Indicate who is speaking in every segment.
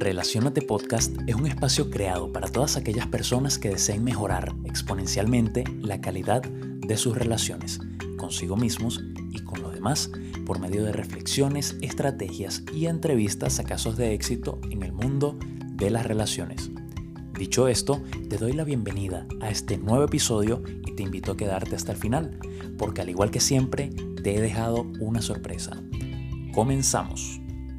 Speaker 1: Relaciónate Podcast es un espacio creado para todas aquellas personas que deseen mejorar exponencialmente la calidad de sus relaciones consigo mismos y con los demás por medio de reflexiones, estrategias y entrevistas a casos de éxito en el mundo de las relaciones. Dicho esto, te doy la bienvenida a este nuevo episodio y te invito a quedarte hasta el final, porque al igual que siempre, te he dejado una sorpresa. Comenzamos.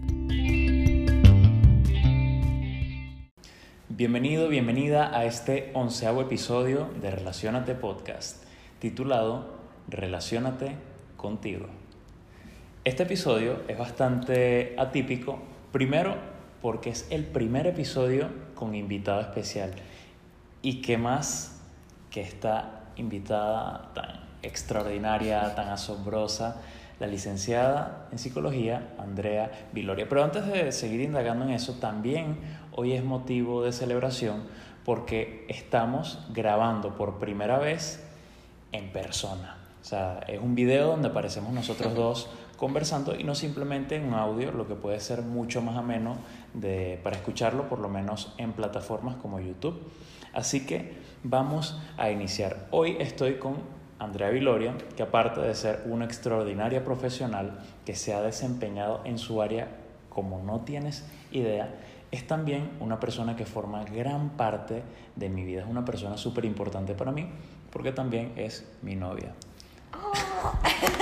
Speaker 1: Bienvenido, bienvenida a este 11º episodio de Relaciónate Podcast, titulado Relaciónate contigo. Este episodio es bastante atípico, primero porque es el primer episodio con invitado especial. Y qué más que esta invitada tan extraordinaria, tan asombrosa, la licenciada en psicología, Andrea Viloria. Pero antes de seguir indagando en eso, también hoy es motivo de celebración porque estamos grabando por primera vez en persona. O sea, es un video donde aparecemos nosotros dos conversando y no simplemente en un audio, lo que puede ser mucho más ameno para escucharlo, por lo menos en plataformas como YouTube. Así que vamos a iniciar. Hoy estoy con Andrea Viloria, que aparte de ser una extraordinaria profesional que se ha desempeñado en su área como no tienes idea, es también una persona que forma gran parte de mi vida. Es una persona súper importante para mí porque también es mi novia. Oh.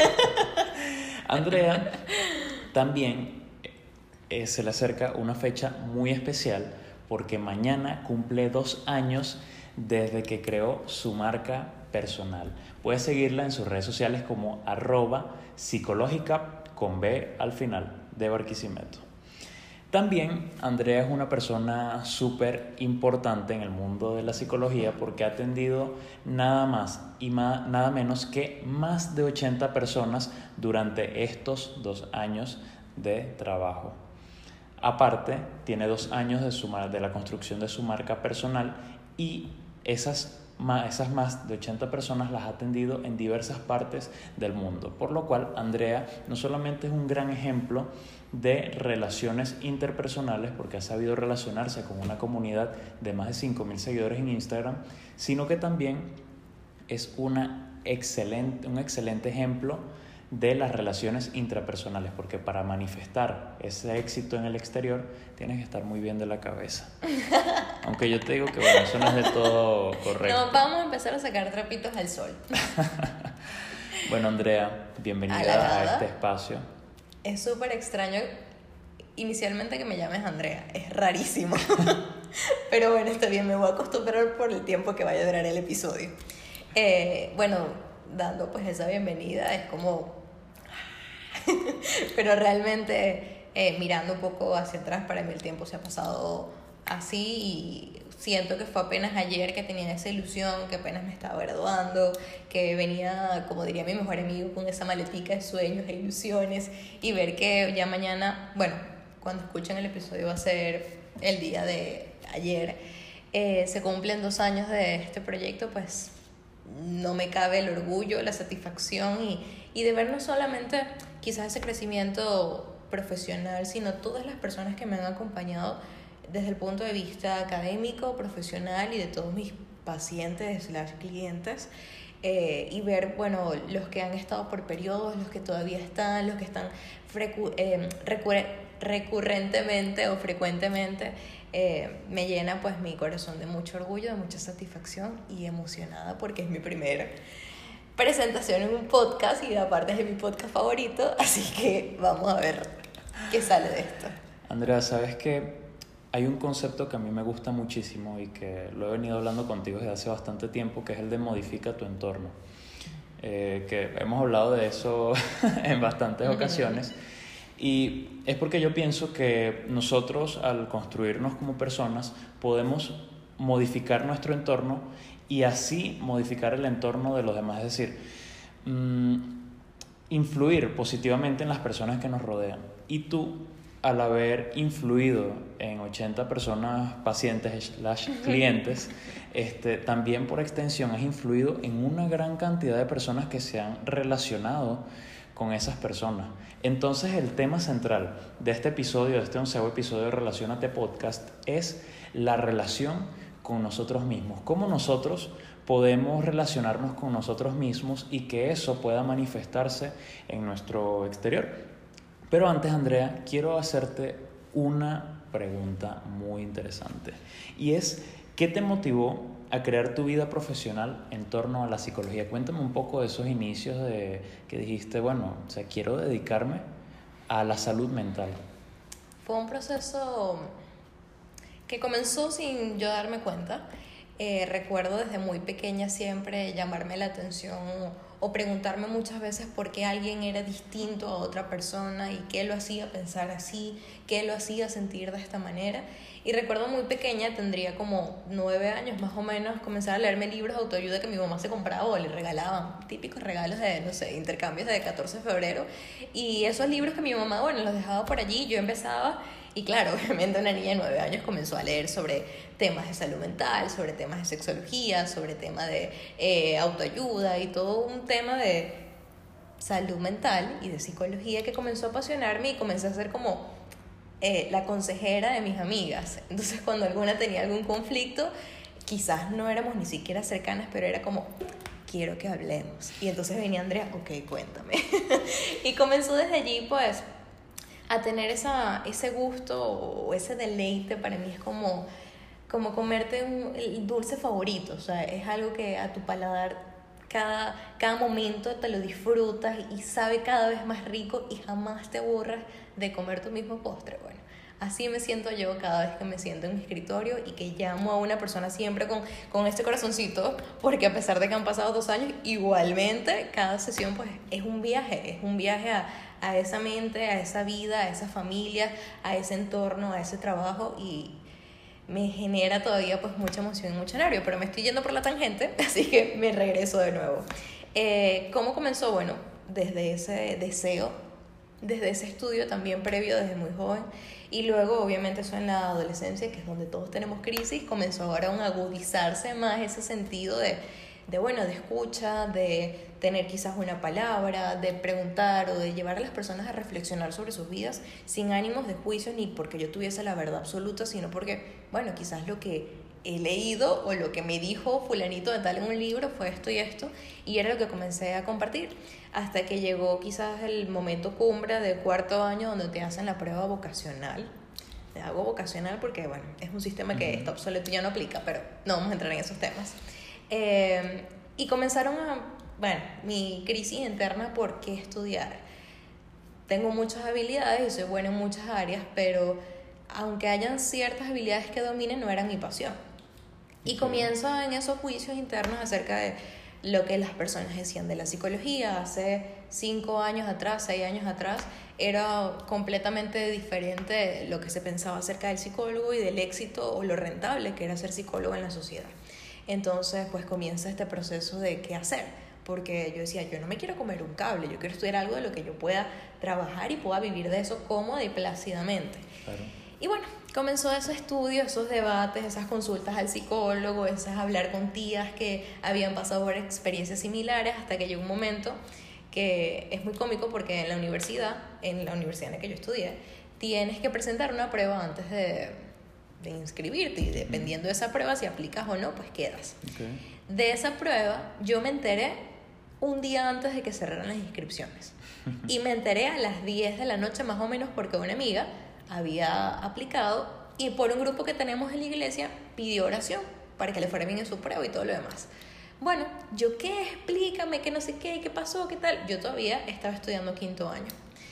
Speaker 1: Andrea también se le acerca una fecha muy especial porque mañana cumple 2 años desde que creó su marca personal. Puedes seguirla en sus redes sociales como @psicológica con B al final de Barquisimeto. También Andrea es una persona súper importante en el mundo de la psicología porque ha atendido nada más y nada menos que más de 80 personas durante estos 2 años de trabajo. Aparte, tiene 2 años de la construcción de su marca personal y esas más de 80 personas las ha atendido en diversas partes del mundo, por lo cual Andrea no solamente es un gran ejemplo de relaciones interpersonales porque ha sabido relacionarse con una comunidad de más de 5,000 seguidores en Instagram, sino que también es un excelente ejemplo de las relaciones intrapersonales, porque para manifestar ese éxito en el exterior tienes que estar muy bien de la cabeza. Aunque yo te digo que bueno, eso no es de todo correcto.
Speaker 2: No, vamos a empezar a sacar trapitos al sol.
Speaker 1: Bueno, Andrea, bienvenida a este espacio.
Speaker 2: Es súper extraño inicialmente que me llames Andrea, es rarísimo. Pero bueno, está bien, me voy a acostumbrar por el tiempo que vaya a durar el episodio. Bueno, dando pues esa bienvenida es como... Pero realmente mirando un poco hacia atrás, para mí el tiempo se ha pasado así y siento que fue apenas ayer que tenía esa ilusión, que apenas me estaba graduando, que venía, como diría mi mejor amigo, con esa maletica de sueños e ilusiones, y ver que ya mañana, bueno, cuando escuchen el episodio va a ser el día de ayer, se cumplen 2 años de este proyecto, pues no me cabe el orgullo, la satisfacción y de ver no solamente quizás ese crecimiento profesional, sino todas las personas que me han acompañado desde el punto de vista académico, profesional y de todos mis pacientes / clientes, y ver, bueno, los que han estado por periodos, los que todavía están, los que están recurrentemente o frecuentemente, me llena pues mi corazón de mucho orgullo, de mucha satisfacción y emocionada porque es mi primera presentación en un podcast y aparte es de mi podcast favorito, así que vamos a ver qué sale de esto.
Speaker 1: Andrea, ¿sabes qué? Hay un concepto que a mí me gusta muchísimo y que lo he venido hablando contigo desde hace bastante tiempo, que es el de modifica tu entorno. Que hemos hablado de eso en bastantes ocasiones. Y es porque yo pienso que nosotros, al construirnos como personas, podemos modificar nuestro entorno y así modificar el entorno de los demás. Es decir, influir positivamente en las personas que nos rodean. Y tú, al haber influido en 80 personas, pacientes / clientes, también por extensión has influido en una gran cantidad de personas que se han relacionado con esas personas. Entonces el tema central de este episodio, de este 11º episodio de Relaciónate Podcast, es la relación con nosotros mismos. Cómo nosotros podemos relacionarnos con nosotros mismos y que eso pueda manifestarse en nuestro exterior. Pero antes, Andrea, quiero hacerte una pregunta muy interesante. Y es, ¿qué te motivó a crear tu vida profesional en torno a la psicología? Cuéntame un poco de esos inicios de que dijiste, bueno, o sea, quiero dedicarme a la salud mental.
Speaker 2: Fue un proceso que comenzó sin yo darme cuenta. Recuerdo desde muy pequeña siempre llamarme la atención o preguntarme muchas veces por qué alguien era distinto a otra persona y qué lo hacía pensar así, qué lo hacía sentir de esta manera. Y recuerdo muy pequeña, tendría como 9 años más o menos, comenzar a leerme libros de autoayuda que mi mamá se compraba o le regalaban, típicos regalos de, no sé, intercambios de 14 de febrero. Y esos libros que mi mamá, bueno, los dejaba por allí, yo empezaba. Y claro, obviamente una niña de 9 años comenzó a leer sobre temas de salud mental, sobre temas de sexología, sobre temas de autoayuda y todo un tema de salud mental y de psicología que comenzó a apasionarme y comencé a ser como la consejera de mis amigas. Entonces cuando alguna tenía algún conflicto, quizás no éramos ni siquiera cercanas, pero era como, quiero que hablemos. Y entonces venía Andrea, ok, cuéntame. Y comenzó desde allí pues a tener ese gusto o ese deleite. Para mí es como comerte el dulce favorito, o sea, es algo que a tu paladar cada momento te lo disfrutas y sabe cada vez más rico y jamás te aburras de comer tu mismo postre. Bueno, así me siento yo cada vez que me siento en mi escritorio y que llamo a una persona siempre con este corazoncito, porque a pesar de que han pasado 2 años, igualmente cada sesión pues es un viaje a esa mente, a esa vida, a esa familia, a ese entorno, a ese trabajo, y me genera todavía pues mucha emoción y mucho nervio, pero me estoy yendo por la tangente, así que me regreso de nuevo. ¿Cómo comenzó? Bueno, desde ese deseo, desde ese estudio también previo desde muy joven, y luego obviamente eso en la adolescencia, que es donde todos tenemos crisis, comenzó ahora a agudizarse más ese sentido de escucha, de tener quizás una palabra, de preguntar o de llevar a las personas a reflexionar sobre sus vidas sin ánimos de juicio ni porque yo tuviese la verdad absoluta, sino porque, bueno, quizás lo que he leído o lo que me dijo fulanito de tal en un libro fue esto y esto, y era lo que comencé a compartir hasta que llegó quizás el momento cumbre de 4º año donde te hacen la prueba vocacional. Te hago vocacional porque, bueno, es un sistema que está obsoleto y ya no aplica, pero no vamos a entrar en esos temas. Y comenzaron mi crisis interna por qué estudiar. Tengo muchas habilidades y soy buena en muchas áreas, pero aunque hayan ciertas habilidades que dominen, no eran mi pasión. Y comienzo en esos juicios internos acerca de lo que las personas decían de la psicología. Hace 5 años atrás, 6 años atrás, era completamente diferente lo que se pensaba acerca del psicólogo y del éxito o lo rentable que era ser psicólogo en la sociedad. Entonces pues comienza este proceso de qué hacer, porque yo decía, yo no me quiero comer un cable, yo quiero estudiar algo de lo que yo pueda trabajar y pueda vivir de eso cómoda y plácidamente. Claro. Y bueno, comenzó ese estudio, esos debates, esas consultas al psicólogo, esas hablar con tías que habían pasado por experiencias similares, hasta que llegó un momento que es muy cómico porque en la universidad en la que yo estudié, tienes que presentar una prueba antes de inscribirte, y dependiendo de esa prueba, si aplicas o no, pues quedas. Okay. De esa prueba yo me enteré un día antes de que cerraran las inscripciones y me enteré a las 10 de la noche más o menos, porque una amiga había aplicado y por un grupo que tenemos en la iglesia pidió oración para que le fuera bien en su prueba y todo lo demás. Bueno, yo qué, explícame, que no sé qué pasó, qué tal. Yo todavía estaba estudiando 5º año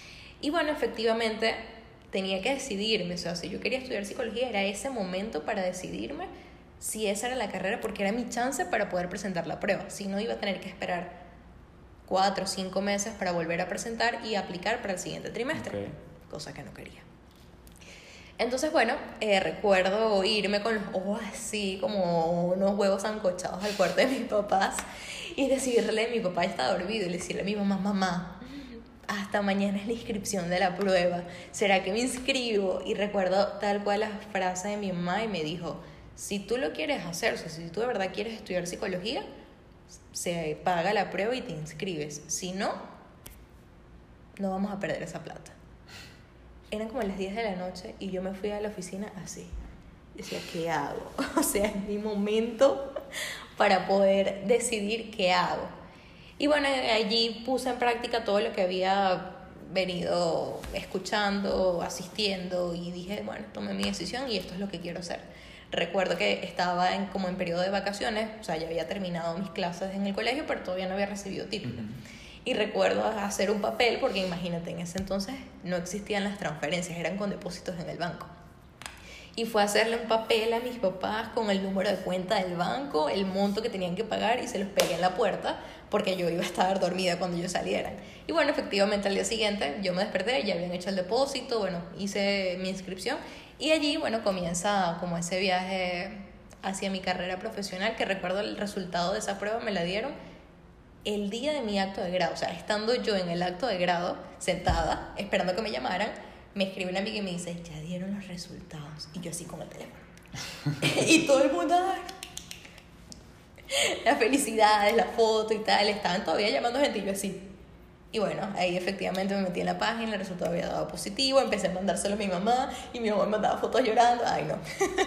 Speaker 2: y bueno, efectivamente tenía que decidirme. O sea, si yo quería estudiar psicología, era ese momento para decidirme si esa era la carrera, porque era mi chance para poder presentar la prueba. Si no, iba a tener que esperar 4 o 5 meses para volver a presentar y aplicar para el siguiente trimestre, cosa que no quería. Entonces, bueno, recuerdo irme con los ojos así como unos huevos sancochados al cuarto de mis papás y decirle, mi papá está dormido, y decirle a mi mamá, hasta mañana es la inscripción de la prueba, ¿será que me inscribo? Y recuerdo tal cual la frase de mi mamá, y me dijo, si tú lo quieres hacer, o sea, si tú de verdad quieres estudiar psicología, se paga la prueba y te inscribes. Si no, no vamos a perder esa plata. Eran como las 10 de la noche y yo me fui a la oficina así. Decía, ¿qué hago? O sea, es mi momento para poder decidir qué hago. Y bueno, allí puse en práctica todo lo que había venido escuchando, asistiendo, y dije, bueno, tomé mi decisión y esto es lo que quiero hacer. Recuerdo que estaba como en periodo de vacaciones, o sea, ya había terminado mis clases en el colegio, pero todavía no había recibido título. Y recuerdo hacer un papel, porque imagínate, en ese entonces no existían las transferencias, eran con depósitos en el banco. Y fue a hacerle un papel a mis papás con el número de cuenta del banco, el monto que tenían que pagar, y se los pegué en la puerta porque yo iba a estar dormida cuando ellos salieran. Y bueno, efectivamente al día siguiente yo me desperté, ya habían hecho el depósito, bueno, hice mi inscripción y allí, bueno, comienza como ese viaje hacia mi carrera profesional, que recuerdo el resultado de esa prueba me la dieron el día de mi acto de grado. O sea, estando yo en el acto de grado, sentada, esperando que me llamaran, me escribe una amiga y me dice, ya dieron los resultados. Y yo así con el teléfono. Y todo el mundo, las felicidades, la foto y tal, estaban todavía llamando gente y yo así. Y bueno, ahí efectivamente me metí en la página, el resultado había dado positivo, empecé a mandárselo a mi mamá y mi mamá me mandaba fotos llorando. Ay, no.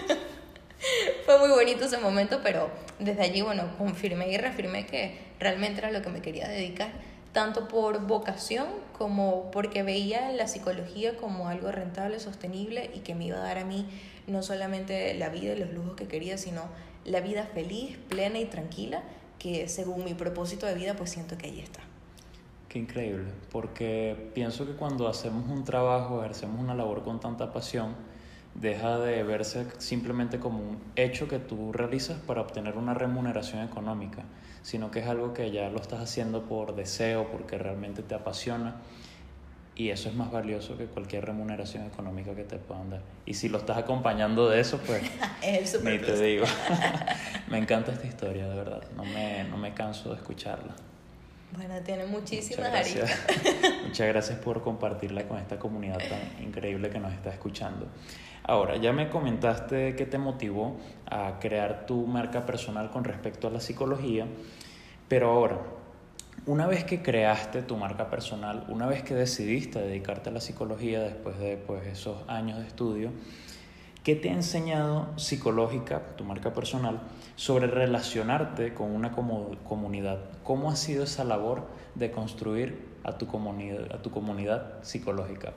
Speaker 2: Fue muy bonito ese momento, pero desde allí, bueno, confirmé y reafirmé que realmente era lo que me quería dedicar, tanto por vocación como porque veía la psicología como algo rentable, sostenible y que me iba a dar a mí no solamente la vida y los lujos que quería, sino la vida feliz, plena y tranquila, que según mi propósito de vida, pues siento que ahí está.
Speaker 1: Qué increíble, porque pienso que cuando hacemos un trabajo, ejercemos una labor con tanta pasión, deja de verse simplemente como un hecho que tú realizas para obtener una remuneración económica, sino que es algo que ya lo estás haciendo por deseo, porque realmente te apasiona, y eso es más valioso que cualquier remuneración económica que te puedan dar. Y si lo estás acompañando de eso, pues
Speaker 2: Es el
Speaker 1: ni te digo. Me encanta esta historia, de verdad, no me canso de escucharla.
Speaker 2: Bueno, tiene muchísimas
Speaker 1: Muchas
Speaker 2: aristas.
Speaker 1: Muchas gracias por compartirla con esta comunidad tan increíble que nos está escuchando. Ahora, ya me comentaste qué te motivó a crear tu marca personal con respecto a la psicología, pero ahora, una vez que creaste tu marca personal, una vez que decidiste dedicarte a la psicología después de esos años de estudio, ¿qué te ha enseñado psicológica, tu marca personal, sobre relacionarte con una comunidad? ¿Cómo ha sido esa labor de construir a tu comunidad psicológica?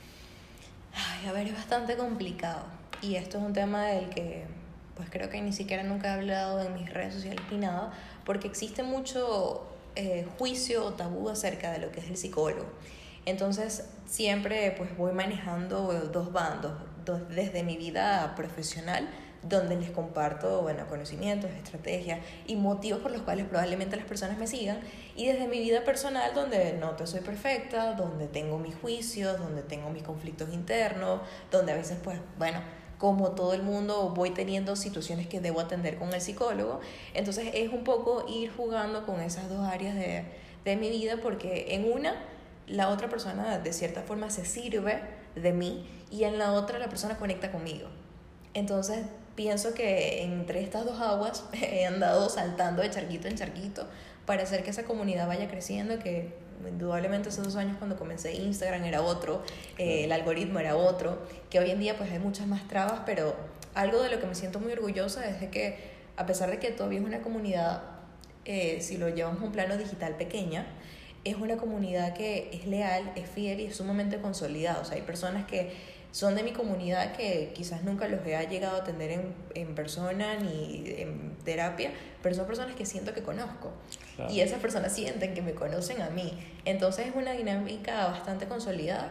Speaker 2: Ay, a ver, es bastante complicado. Y esto es un tema del que pues creo que ni siquiera nunca he hablado en mis redes sociales ni nada, porque existe mucho juicio o tabú acerca de lo que es el psicólogo. Entonces siempre pues voy manejando dos bandos, desde mi vida profesional, donde les comparto, bueno, conocimientos, estrategias y motivos por los cuales probablemente las personas me sigan, y desde mi vida personal, donde no te soy perfecta, donde tengo mis juicios, donde tengo mis conflictos internos, donde a veces pues, bueno, como todo el mundo voy teniendo situaciones que debo atender con el psicólogo. Entonces es un poco ir jugando con esas dos áreas de mi vida, porque en una la otra persona de cierta forma se sirve de mí y en la otra la persona conecta conmigo. Entonces pienso que entre estas dos aguas he andado saltando de charquito en charquito para hacer que esa comunidad vaya creciendo, que indudablemente esos 2 años cuando comencé Instagram era otro, el algoritmo era otro, que hoy en día pues hay muchas más trabas, pero algo de lo que me siento muy orgullosa es de que a pesar de que todavía es una comunidad, si lo llevamos a un plano digital pequeña, es una comunidad que es leal, es fiel y es sumamente consolidada. O sea, hay personas que son de mi comunidad que quizás nunca los he llegado a atender en persona ni en terapia, pero son personas que siento que conozco. Claro. Y esas personas sienten que me conocen a mí. Entonces es una dinámica bastante consolidada,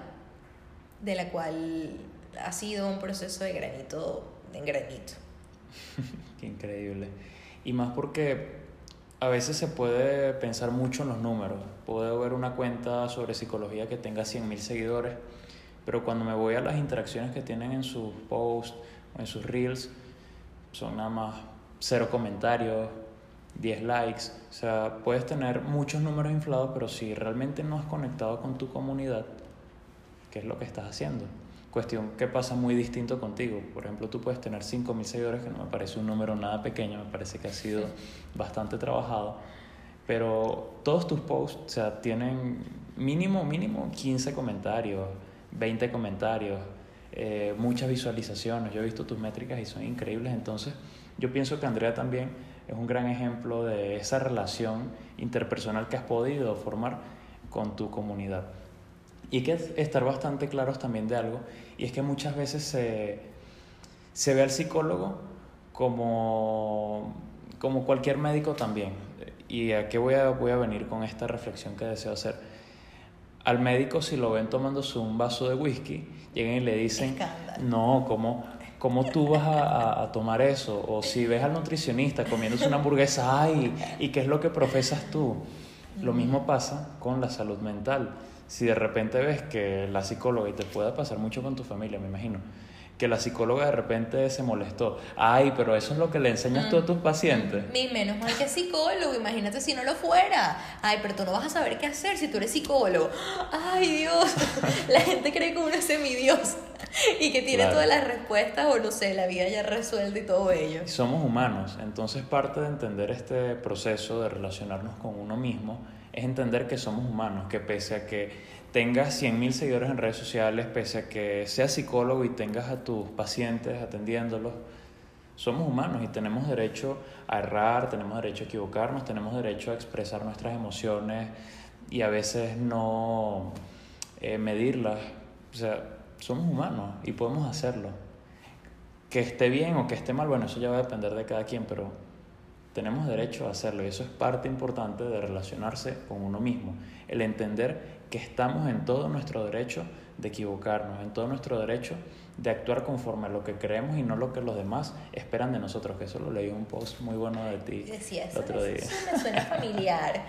Speaker 2: de la cual ha sido un proceso de granito en granito.
Speaker 1: Qué increíble. Y más porque a veces se puede pensar mucho en los números. Puedo ver una cuenta sobre psicología que tenga 100,000 seguidores, pero cuando me voy a las interacciones que tienen en sus posts o en sus reels, son nada más 0 comentarios, 10 likes. O sea, puedes tener muchos números inflados, pero si realmente no has conectado con tu comunidad, ¿qué es lo que estás haciendo? Cuestión que pasa muy distinto contigo. Por ejemplo, tú puedes tener 5,000 seguidores, que no me parece un número nada pequeño, me parece que ha sido bastante trabajado, pero todos tus posts, o sea, tienen mínimo 15 comentarios, 20 comentarios, muchas visualizaciones. Yo he visto tus métricas y son increíbles. Entonces yo pienso que Andrea también es un gran ejemplo de esa relación interpersonal que has podido formar con tu comunidad. Y hay que estar bastante claros también de algo, y es que muchas veces se ve al psicólogo como cualquier médico también. ¿Y a qué voy a venir con esta reflexión que deseo hacer? Al médico, si lo ven tomándose un vaso de whisky, llegan y le dicen,
Speaker 2: Escándalo.
Speaker 1: no, ¿cómo tú vas a tomar eso? O si ves al nutricionista comiéndose una hamburguesa, ay, ¿y qué es lo que profesas tú? Lo mismo pasa con la salud mental. Si de repente ves que la psicóloga, y te puede pasar mucho con tu familia, me imagino, que la psicóloga de repente se molestó, ay, pero eso es lo que le enseñas tú a tus pacientes.
Speaker 2: Y menos mal que es psicólogo, imagínate si no lo fuera. Ay, pero tú no vas a saber qué hacer si tú eres psicólogo. Ay, Dios, la gente cree que uno es semidios y que tiene
Speaker 1: Claro.
Speaker 2: todas las respuestas, o no sé, la vida ya resuelta y todo ello.
Speaker 1: Y somos humanos, entonces parte de entender este proceso de relacionarnos con uno mismo es entender que somos humanos, que pese a que tengas 100.000 seguidores en redes sociales, pese a que seas psicólogo y tengas a tus pacientes atendiéndolos, somos humanos y tenemos derecho a errar, tenemos derecho a equivocarnos, tenemos derecho a expresar nuestras emociones y a veces no medirlas. O sea, somos humanos y podemos hacerlo. Que esté bien o que esté mal, bueno, eso ya va a depender de cada quien, pero tenemos derecho a hacerlo y eso es parte importante de relacionarse con uno mismo. El entender que estamos en todo nuestro derecho de equivocarnos, en todo nuestro derecho de actuar conforme a lo que creemos y no lo que los demás esperan de nosotros, que eso lo leí en un post muy bueno de ti
Speaker 2: Decía,
Speaker 1: el otro día.
Speaker 2: eso me suena familiar.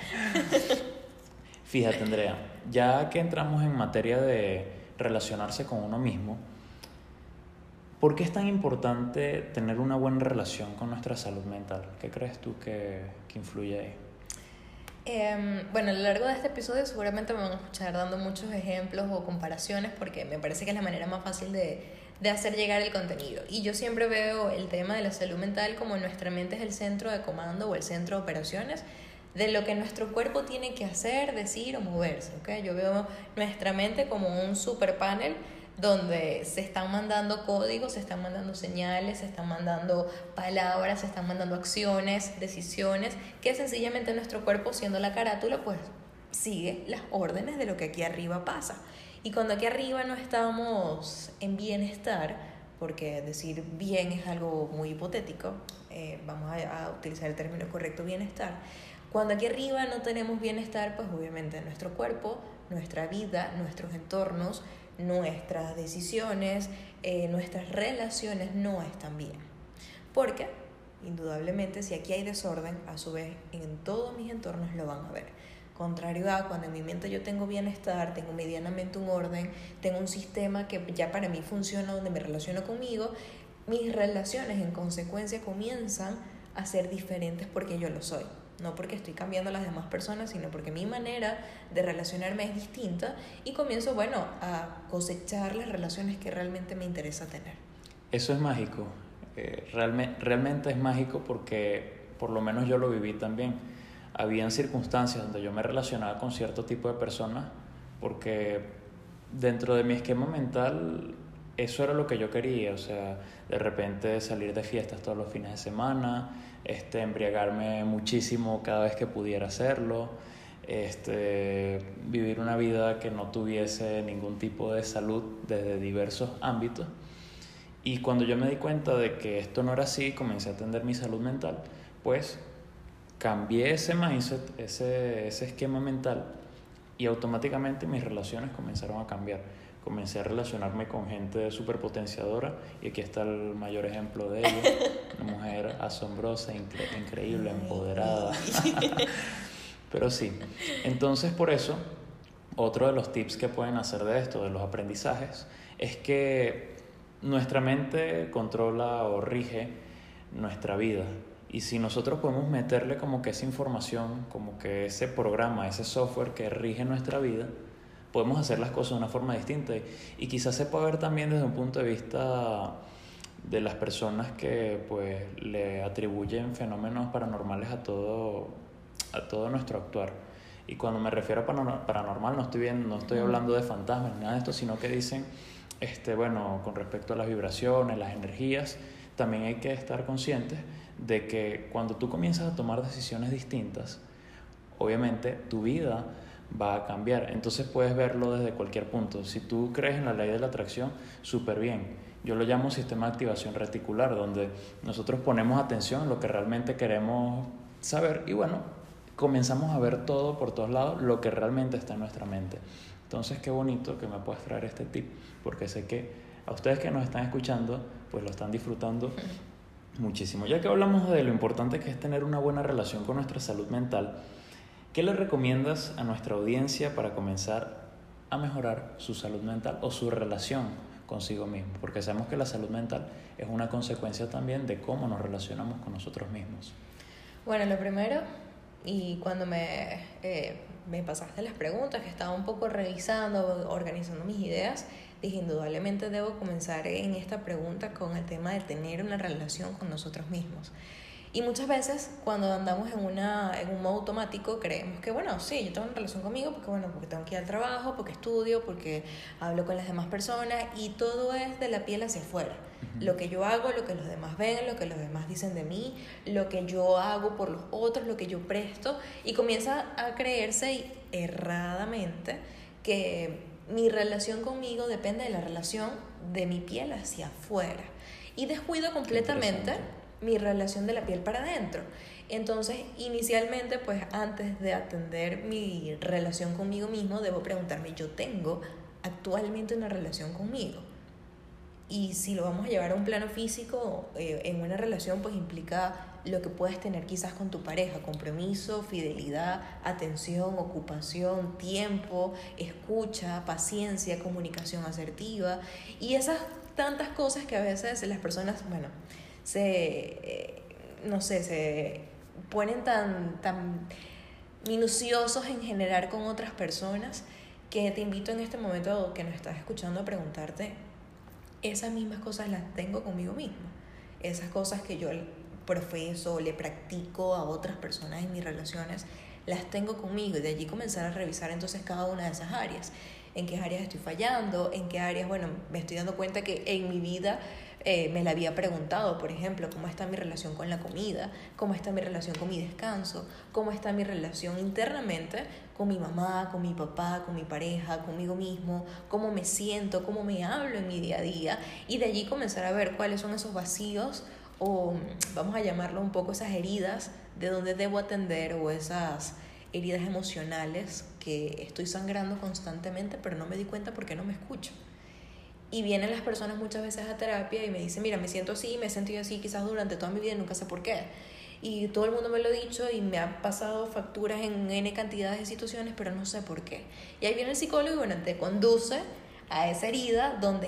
Speaker 1: Fíjate, Andrea, ya que entramos en materia de relacionarse con uno mismo, ¿por qué es tan importante tener una buena relación con nuestra salud mental? ¿Qué crees tú que influye ahí?
Speaker 2: Bueno, a lo largo de este episodio seguramente me van a escuchar dando muchos ejemplos o comparaciones, porque me parece que es la manera más fácil de hacer llegar el contenido. Y yo siempre veo el tema de la salud mental como nuestra mente es el centro de comando o el centro de operaciones de lo que nuestro cuerpo tiene que hacer, decir o moverse, ¿ok? Yo veo nuestra mente como un super panel donde se están mandando códigos, se están mandando señales, se están mandando palabras, se están mandando acciones, decisiones, que sencillamente nuestro cuerpo, siendo la carátula, pues sigue las órdenes de lo que aquí arriba pasa. Y cuando aquí arriba no estamos en bienestar, porque decir bien es algo muy hipotético, vamos a utilizar el término correcto, bienestar. Cuando aquí arriba no tenemos bienestar, pues obviamente nuestro cuerpo, nuestra vida, nuestros entornos, nuestras decisiones, nuestras relaciones no están bien. Porque, indudablemente, si aquí hay desorden, a su vez, en todos mis entornos lo van a ver. Contrario a cuando en mi mente yo tengo bienestar, tengo medianamente un orden, tengo un sistema que ya para mí funciona, donde me relaciono conmigo, mis relaciones en consecuencia comienzan a ser diferentes porque yo lo soy. No porque estoy cambiando a las demás personas, sino porque mi manera de relacionarme es distinta y comienzo, bueno, a cosechar las relaciones que realmente me interesa tener.
Speaker 1: Eso es mágico, realmente es mágico porque por lo menos yo lo viví también. Habían circunstancias donde yo me relacionaba con cierto tipo de personas porque dentro de mi esquema mental eso era lo que yo quería, o sea, de repente salir de fiestas todos los fines de semana, embriagarme muchísimo cada vez que pudiera hacerlo, vivir una vida que no tuviese ningún tipo de salud desde diversos ámbitos. Y cuando yo me di cuenta de que esto no era así, comencé a atender mi salud mental, pues cambié ese mindset, ese esquema mental, y automáticamente mis relaciones comenzaron a cambiar. Comencé a relacionarme con gente superpotenciadora y aquí está el mayor ejemplo de ello, una mujer asombrosa, increíble, empoderada. Pero sí, entonces por eso, otro de los tips que pueden hacer de esto, de los aprendizajes, es que nuestra mente controla o rige nuestra vida. Y si nosotros podemos meterle como que esa información, como que ese programa, ese software que rige nuestra vida, podemos hacer las cosas de una forma distinta. Y quizás se pueda ver también desde un punto de vista de las personas que pues le atribuyen fenómenos paranormales a todo nuestro actuar. Y cuando me refiero a paranormal, no estoy hablando de fantasmas ni nada de esto, sino que dicen, bueno, con respecto a las vibraciones, las energías, también hay que estar conscientes de que cuando tú comienzas a tomar decisiones distintas, obviamente tu vida va a cambiar. Entonces puedes verlo desde cualquier punto. Si tú crees en la ley de la atracción, súper bien. Yo lo llamo sistema de activación reticular, donde nosotros ponemos atención en lo que realmente queremos saber y bueno, comenzamos a ver todo por todos lados, lo que realmente está en nuestra mente. Entonces qué bonito que me puedas traer este tip, porque sé que a ustedes que nos están escuchando, pues lo están disfrutando muchísimo. Ya que hablamos de lo importante que es tener una buena relación con nuestra salud mental, ¿qué le recomiendas a nuestra audiencia para comenzar a mejorar su salud mental o su relación consigo mismo? Porque sabemos que la salud mental es una consecuencia también de cómo nos relacionamos con nosotros mismos.
Speaker 2: Bueno, lo primero, y cuando me pasaste las preguntas, que estaba un poco revisando, organizando mis ideas, dije, indudablemente debo comenzar en esta pregunta con el tema de tener una relación con nosotros mismos. Y muchas veces cuando andamos en un modo automático creemos que, bueno, sí, yo tengo una relación conmigo porque tengo que ir al trabajo, porque estudio, porque hablo con las demás personas y todo es de la piel hacia afuera. Lo que yo hago, lo que los demás ven, lo que los demás dicen de mí, lo que yo hago por los otros, lo que yo presto, y comienza a creerse erradamente que mi relación conmigo depende de la relación de mi piel hacia afuera. Y descuido completamente mi relación de la piel para adentro. Entonces, inicialmente, pues antes de atender mi relación conmigo mismo, debo preguntarme, ¿yo tengo actualmente una relación conmigo? Y si lo vamos a llevar a un plano físico, en una relación pues implica lo que puedes tener quizás con tu pareja: compromiso, fidelidad, atención, ocupación, tiempo, escucha, paciencia, comunicación asertiva y esas tantas cosas que a veces las personas, bueno, se ponen tan minuciosos en generar con otras personas, que te invito en este momento que nos estás escuchando a preguntarte, esas mismas cosas las tengo conmigo mismo, esas cosas que yo profeso, le practico a otras personas en mis relaciones, las tengo conmigo, y de allí comenzar a revisar entonces cada una de esas áreas, en qué áreas estoy fallando, en qué áreas, bueno, me estoy dando cuenta que en mi vida me la había preguntado, por ejemplo, cómo está mi relación con la comida, cómo está mi relación con mi descanso, cómo está mi relación internamente con mi mamá, con mi papá, con mi pareja, conmigo mismo, cómo me siento, cómo me hablo en mi día a día, y de allí comenzar a ver cuáles son esos vacíos, o vamos a llamarlo un poco esas heridas de donde debo atender, o esas heridas emocionales que estoy sangrando constantemente pero no me di cuenta porque no me escucho. Y vienen las personas muchas veces a terapia y me dicen, mira, me siento así, me he sentido así quizás durante toda mi vida y nunca sé por qué. Y todo el mundo me lo ha dicho y me ha pasado facturas en N cantidades de situaciones, pero no sé por qué. Y ahí viene el psicólogo y bueno, te conduce a esa herida donde,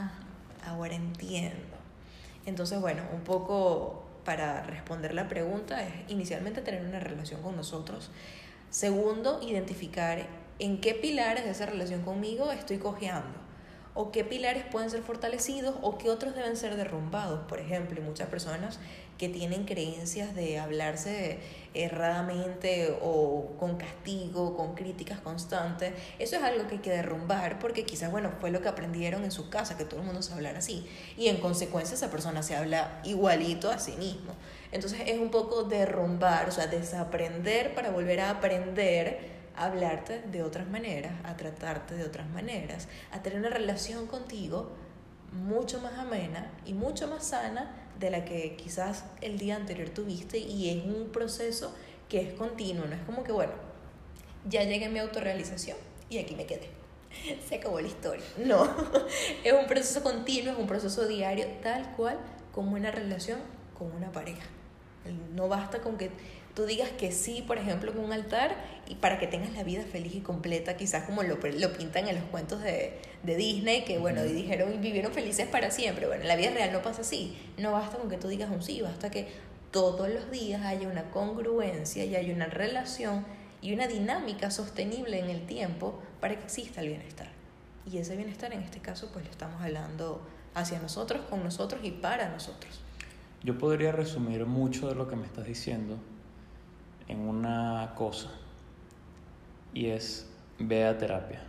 Speaker 2: ahora entiendo. Entonces, bueno, un poco para responder la pregunta es inicialmente tener una relación con nosotros. Segundo, identificar en qué pilares de esa relación conmigo estoy cojeando, o qué pilares pueden ser fortalecidos o qué otros deben ser derrumbados. Por ejemplo, hay muchas personas que tienen creencias de hablarse erradamente o con castigo, con críticas constantes. Eso es algo que hay que derrumbar, porque quizás, bueno, fue lo que aprendieron en su casa, que todo el mundo se hablara así, y en consecuencia esa persona se habla igualito a sí mismo. Entonces es un poco derrumbar, o sea, desaprender para volver a aprender a hablarte de otras maneras, a tratarte de otras maneras, a tener una relación contigo mucho más amena y mucho más sana de la que quizás el día anterior tuviste. Y es un proceso que es continuo, no es como que, bueno, ya llegué a mi autorrealización y aquí me quedé, se acabó la historia. No, es un proceso continuo, es un proceso diario, tal cual como una relación con una pareja. No basta con que tú digas que sí, por ejemplo, con un altar, y para que tengas la vida feliz y completa, quizás como lo pintan en los cuentos de Disney, que bueno, y dijeron y vivieron felices para siempre. Bueno, en la vida real no pasa así. No basta con que tú digas un sí, basta que todos los días haya una congruencia y haya una relación y una dinámica sostenible en el tiempo para que exista el bienestar. Y ese bienestar, en este caso, pues lo estamos hablando hacia nosotros, con nosotros y para nosotros.
Speaker 1: Yo podría resumir mucho de lo que me estás diciendo en una cosa. y es: ve a terapia.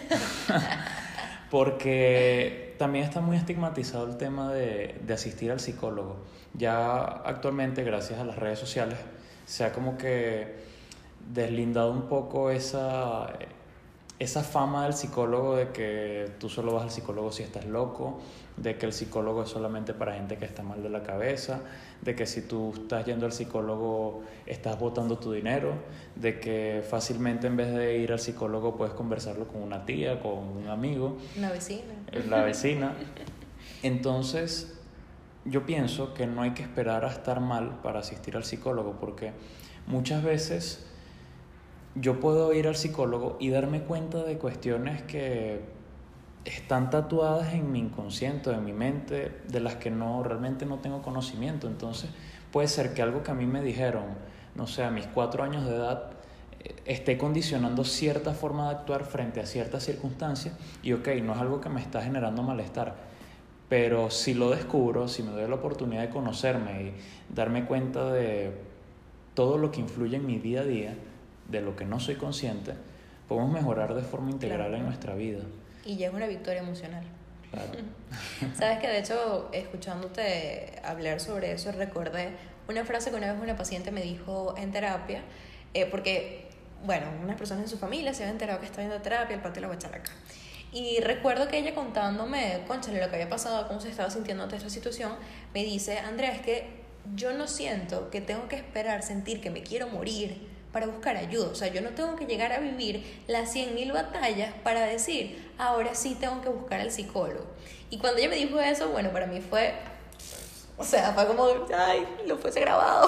Speaker 1: Porque también está muy estigmatizado el tema de asistir al psicólogo. Ya actualmente, gracias a las redes sociales, se ha como que deslindado un poco esa fama del psicólogo, de que tú solo vas al psicólogo si estás loco, de que el psicólogo es solamente para gente que está mal de la cabeza, de que si tú estás yendo al psicólogo estás botando tu dinero, de que fácilmente en vez de ir al psicólogo puedes conversarlo con una tía, con un amigo,
Speaker 2: Una vecina.
Speaker 1: la vecina. Entonces, yo pienso que no hay que esperar a estar mal para asistir al psicólogo, porque muchas veces yo puedo ir al psicólogo y darme cuenta de cuestiones que están tatuadas en mi inconsciente, en mi mente, de las que realmente no tengo conocimiento. Entonces puede ser que algo que a mí me dijeron, no sé, a mis 4 años de edad, esté condicionando cierta forma de actuar frente a ciertas circunstancias, y ok, no es algo que me está generando malestar, pero si lo descubro, si me doy la oportunidad de conocerme y darme cuenta de todo lo que influye en mi día a día, de lo que no soy consciente, podemos mejorar de forma integral en nuestra vida.
Speaker 2: Y ya es una victoria emocional.
Speaker 1: Claro.
Speaker 2: Sabes que de hecho, escuchándote hablar sobre eso, recordé una frase que una vez una paciente me dijo en terapia, porque, bueno, unas personas en su familia se habían enterado que estaba yendo a terapia, el patio la guacharaca. Y recuerdo que ella contándome, cónchale, lo que había pasado, cómo se estaba sintiendo ante esta situación, me dice: Andrea, es que yo no siento que tengo que esperar sentir que me quiero morir para buscar ayuda. O sea, yo no tengo que llegar a vivir las 100.000 batallas para decir, ahora sí tengo que buscar al psicólogo. Y cuando ella me dijo eso, bueno, para mí fue, o sea, fue como, ay, lo fuese grabado.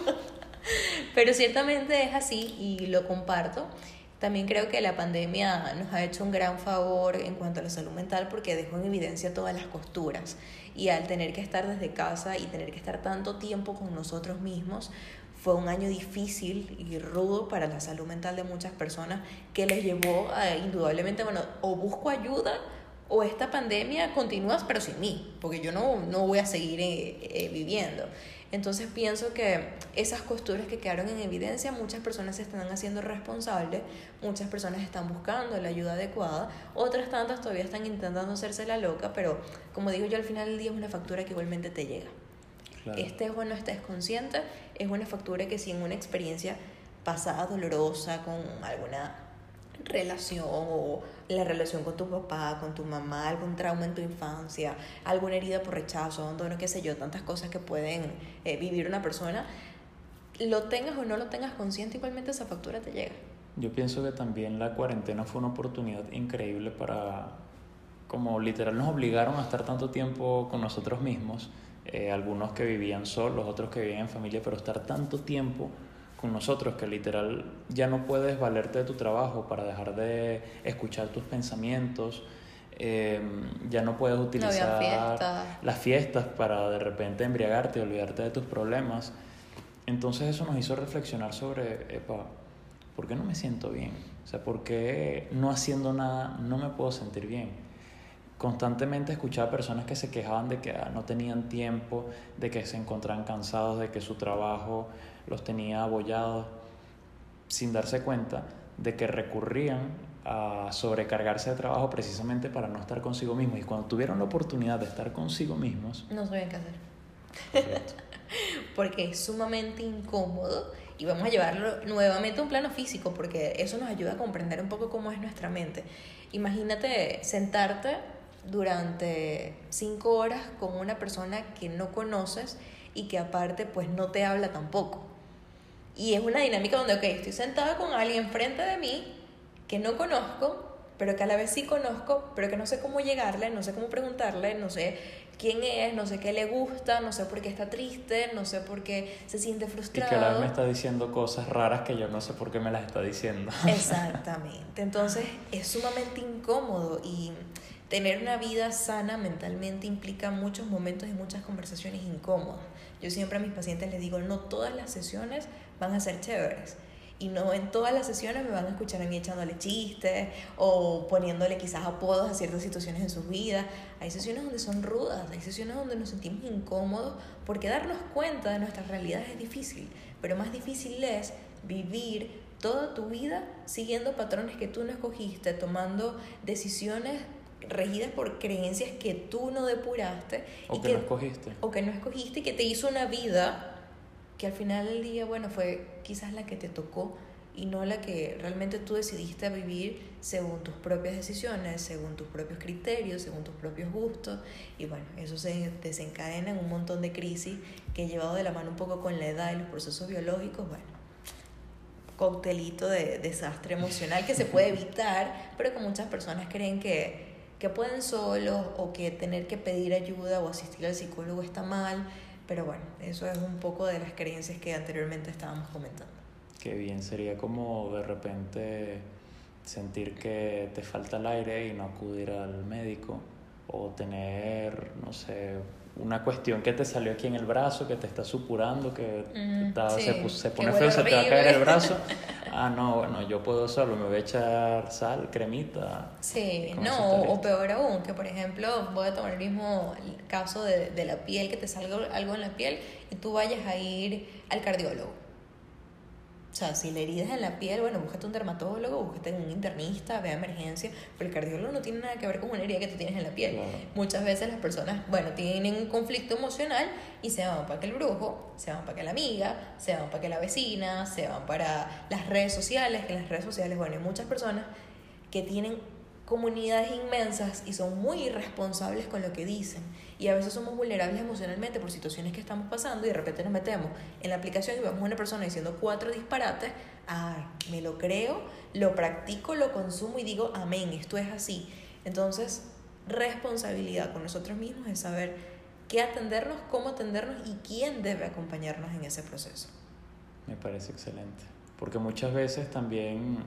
Speaker 2: Pero ciertamente es así y lo comparto. También creo que la pandemia nos ha hecho un gran favor en cuanto a la salud mental, porque dejó en evidencia todas las costuras, y al tener que estar desde casa y tener que estar tanto tiempo con nosotros mismos, fue un año difícil y rudo para la salud mental de muchas personas, que les llevó a, indudablemente, bueno, o busco ayuda o esta pandemia continúa pero sin mí, porque yo no voy a seguir viviendo. Entonces pienso que esas costuras que quedaron en evidencia, muchas personas se están haciendo responsables, muchas personas están buscando la ayuda adecuada, otras tantas todavía están intentando hacerse la loca, pero como digo yo, al final del día es una factura que igualmente te llega. Claro. Estés o no estés consciente, es una factura que si en una experiencia pasada dolorosa con alguna relación, o la relación con tu papá, con tu mamá, algún trauma en tu infancia, alguna herida por rechazo, abandono, qué sé yo, tantas cosas que pueden vivir una persona, lo tengas o no lo tengas consciente, igualmente esa factura te llega.
Speaker 1: Yo pienso que también la cuarentena fue una oportunidad increíble para, como literal nos obligaron a estar tanto tiempo con nosotros mismos, algunos que vivían solos, otros que vivían en familia, pero estar tanto tiempo con nosotros que literal ya no puedes valerte de tu trabajo para dejar de escuchar tus pensamientos, ya no puedes utilizar las fiestas para de repente embriagarte y olvidarte de tus problemas. Entonces eso nos hizo reflexionar sobre, ¿por qué no me siento bien? O sea, ¿por qué no haciendo nada no me puedo sentir bien? Constantemente escuchaba personas que se quejaban de que no tenían tiempo, de que se encontraban cansados, de que su trabajo los tenía abollados, sin darse cuenta de que recurrían a sobrecargarse de trabajo precisamente para no estar consigo mismos. Y cuando tuvieron la oportunidad de estar consigo mismos,
Speaker 2: no sabían qué hacer. Porque es sumamente incómodo, y vamos a llevarlo nuevamente a un plano físico, porque eso nos ayuda a comprender un poco cómo es nuestra mente. Imagínate sentarte durante 5 horas con una persona que no conoces y que aparte pues no te habla tampoco. Y es una dinámica donde, ok, estoy sentada con alguien enfrente de mí que no conozco, pero que a la vez sí conozco, pero que no sé cómo llegarle, no sé cómo preguntarle, no sé quién es, no sé qué le gusta, no sé por qué está triste, no sé por qué se siente frustrado.
Speaker 1: Y que a la vez me está diciendo cosas raras que yo no sé por qué me las está diciendo.
Speaker 2: Exactamente. Entonces es sumamente incómodo, y tener una vida sana mentalmente implica muchos momentos y muchas conversaciones incómodas. Yo siempre a mis pacientes les digo, no todas las sesiones van a ser chéveres, y no en todas las sesiones me van a escuchar a mí echándole chistes o poniéndole quizás apodos a ciertas situaciones en sus vidas. Hay sesiones donde son rudas, hay sesiones donde nos sentimos incómodos, porque darnos cuenta de nuestras realidades es difícil, pero más difícil es vivir toda tu vida siguiendo patrones que tú no escogiste, tomando decisiones regidas por creencias que tú no depuraste
Speaker 1: o que no escogiste.
Speaker 2: O que no escogiste y que te hizo una vida que al final del día, bueno, fue quizás la que te tocó y no la que realmente tú decidiste vivir según tus propias decisiones, según tus propios criterios, según tus propios gustos. Y bueno, eso se desencadena en un montón de crisis que llevado de la mano un poco con la edad y los procesos biológicos, bueno, coctelito de desastre emocional que se puede evitar, pero que muchas personas creen que pueden solos o que tener que pedir ayuda o asistir al psicólogo está mal. Pero bueno, eso es un poco de las creencias que anteriormente estábamos comentando.
Speaker 1: Qué bien, sería como de repente sentir que te falta el aire y no acudir al médico, o tener, no sé, una cuestión que te salió aquí en el brazo, que te está supurando, que se pone feo, se te va a caer el brazo. Ah, no, bueno, yo puedo solo, me voy a echar sal, cremita.
Speaker 2: Sí, no, o peor aún, que por ejemplo, voy a tomar el mismo caso de la piel, que te salga algo en la piel y tú vayas a ir al cardiólogo. O sea, si la herida es en la piel, bueno, búscate un dermatólogo, búscate un internista, ve a emergencia, pero el cardiólogo no tiene nada que ver con una herida que tú tienes en la piel.
Speaker 1: Claro.
Speaker 2: Muchas veces las personas, bueno, tienen un conflicto emocional y se van para que el brujo, se van para que la amiga, se van para que la vecina, se van para las redes sociales, que en las redes sociales, bueno, hay muchas personas que tienen comunidades inmensas y son muy irresponsables con lo que dicen, y a veces somos vulnerables emocionalmente por situaciones que estamos pasando y de repente nos metemos en la aplicación y vemos a una persona diciendo 4 disparates. Me lo creo, lo practico, lo consumo y digo amén, esto es así. Entonces, responsabilidad con nosotros mismos es saber qué atendernos, cómo atendernos y quién debe acompañarnos en ese proceso.
Speaker 1: Me parece excelente, porque muchas veces también